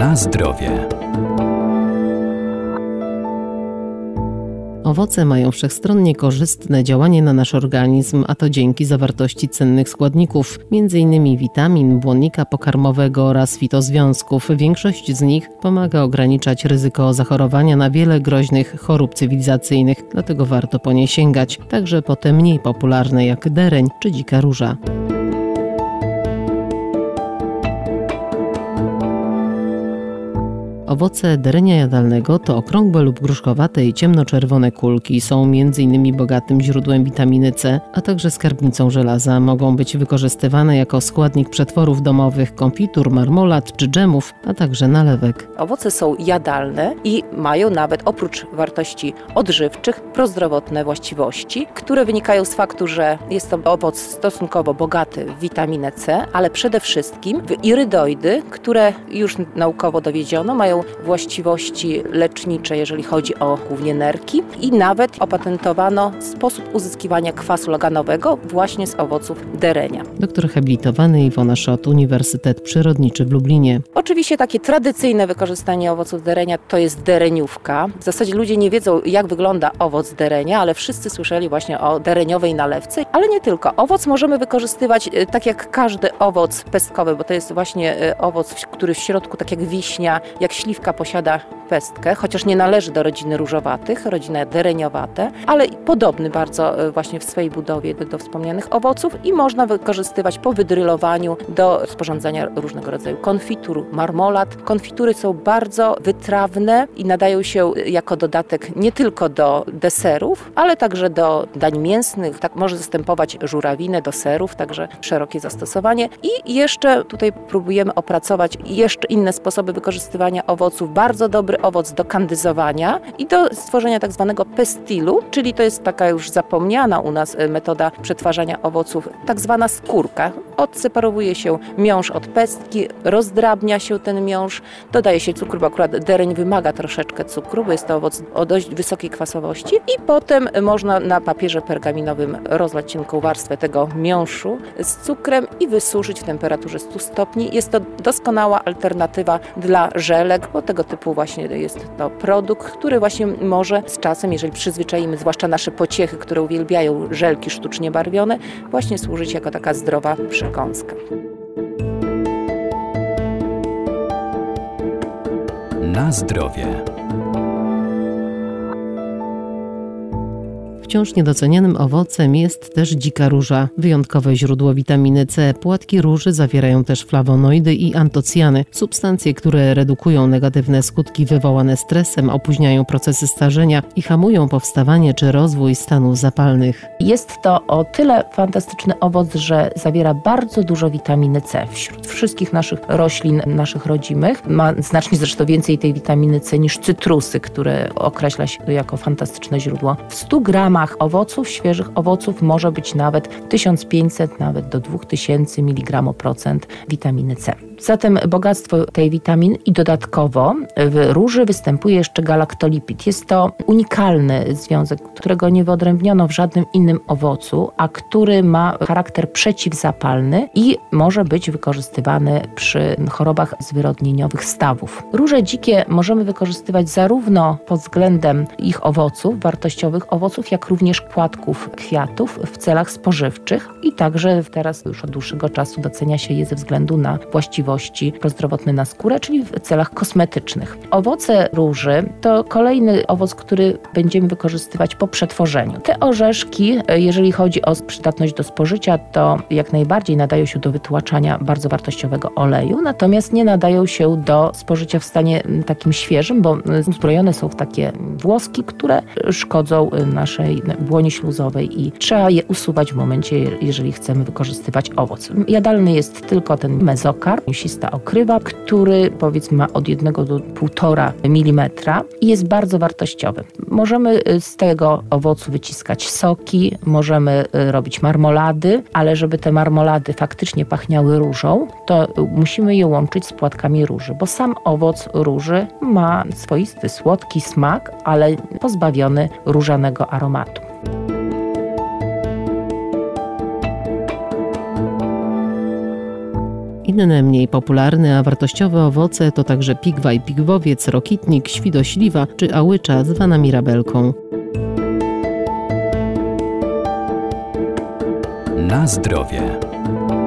Na zdrowie. Owoce mają wszechstronnie korzystne działanie na nasz organizm, a to dzięki zawartości cennych składników, m.in. witamin, błonnika pokarmowego oraz fitozwiązków. Większość z nich pomaga ograniczać ryzyko zachorowania na wiele groźnych chorób cywilizacyjnych, dlatego warto po nie sięgać, także po te mniej popularne jak dereń czy dzika róża. Owoce derenia jadalnego to okrągłe lub gruszkowate i ciemnoczerwone kulki. Są m.in. bogatym źródłem witaminy C, a także skarbnicą żelaza. Mogą być wykorzystywane jako składnik przetworów domowych, konfitur, marmolad czy dżemów, a także nalewek. Owoce są jadalne i mają nawet oprócz wartości odżywczych prozdrowotne właściwości, które wynikają z faktu, że jest to owoc stosunkowo bogaty w witaminę C, ale przede wszystkim w irydoidy, które już naukowo dowiedziono mają właściwości lecznicze, jeżeli chodzi o głównie nerki i nawet opatentowano sposób uzyskiwania kwasu loganowego właśnie z owoców derenia. Doktor habilitowany Iwona Szot, Uniwersytet Przyrodniczy w Lublinie. Oczywiście takie tradycyjne wykorzystanie owoców derenia to jest dereniówka. W zasadzie ludzie nie wiedzą, jak wygląda owoc derenia, ale wszyscy słyszeli właśnie o dereniowej nalewce. Ale nie tylko. Owoc możemy wykorzystywać tak jak każdy owoc pestkowy, bo to jest właśnie owoc, który w środku, tak jak wiśnia, jak śliwka posiada pestkę, chociaż nie należy do rodziny różowatych, rodziny dereniowate, ale podobny bardzo właśnie w swojej budowie do wspomnianych owoców i można wykorzystywać po wydrylowaniu do sporządzania różnego rodzaju konfitur, marmolad. Konfitury są bardzo wytrawne i nadają się jako dodatek nie tylko do deserów, ale także do dań mięsnych. Tak może zastępować żurawinę do serów, także szerokie zastosowanie. I jeszcze tutaj próbujemy opracować jeszcze inne sposoby wykorzystywania owoców. Bardzo dobry owoc do kandyzowania i do stworzenia tak zwanego pestilu, czyli to jest taka już zapomniana u nas metoda przetwarzania owoców, tak zwana skórka. Odseparowuje się miąższ od pestki, rozdrabnia się ten miąższ, dodaje się cukru, bo akurat dereń wymaga troszeczkę cukru, bo jest to owoc o dość wysokiej kwasowości i potem można na papierze pergaminowym rozlać cienką warstwę tego miąższu z cukrem i wysuszyć w temperaturze 100 stopni. Jest to doskonała alternatywa dla żelek, bo tego typu właśnie jest to produkt, który właśnie może z czasem, jeżeli przyzwyczaimy zwłaszcza nasze pociechy, które uwielbiają żelki sztucznie barwione, właśnie służyć jako taka zdrowa przekąska. Na zdrowie. Wciąż niedocenianym owocem jest też dzika róża. Wyjątkowe źródło witaminy C. Płatki róży zawierają też flawonoidy i antocjany, substancje, które redukują negatywne skutki wywołane stresem, opóźniają procesy starzenia i hamują powstawanie czy rozwój stanów zapalnych. Jest to o tyle fantastyczny owoc, że zawiera bardzo dużo witaminy C. Wśród wszystkich naszych roślin, naszych rodzimych, ma znacznie zresztą więcej tej witaminy C niż cytrusy, które określa się jako fantastyczne źródło. W 100 gramach owoców, świeżych owoców może być nawet 1500, nawet do 2000 mg% witaminy C. Zatem bogactwo tej witaminy i dodatkowo w róży występuje jeszcze galaktolipid. Jest to unikalny związek, którego nie wyodrębniono w żadnym innym owocu, a który ma charakter przeciwzapalny i może być wykorzystywany przy chorobach zwyrodnieniowych stawów. Róże dzikie możemy wykorzystywać zarówno pod względem ich owoców, wartościowych owoców, jak również płatków kwiatów w celach spożywczych i także teraz już od dłuższego czasu docenia się je ze względu na właściwości prozdrowotne na skórę, czyli w celach kosmetycznych. Owoce róży to kolejny owoc, który będziemy wykorzystywać po przetworzeniu. Te orzeszki, jeżeli chodzi o przydatność do spożycia, to jak najbardziej nadają się do wytłaczania bardzo wartościowego oleju, natomiast nie nadają się do spożycia w stanie takim świeżym, bo uzbrojone są w takie włoski, które szkodzą naszej błonie śluzowej i trzeba je usuwać w momencie, jeżeli chcemy wykorzystywać owoc. Jadalny jest tylko ten mezokarp, mięsista okrywa, który powiedzmy ma od 1 do 1,5 mm i jest bardzo wartościowy. Możemy z tego owocu wyciskać soki, możemy robić marmolady, ale żeby te marmolady faktycznie pachniały różą, to musimy je łączyć z płatkami róży, bo sam owoc róży ma swoisty, słodki smak, ale pozbawiony różanego aromatu. Inne mniej popularne, a wartościowe owoce to także pigwa i pigwowiec, rokitnik, świdośliwa czy ałycza zwana mirabelką. Na zdrowie.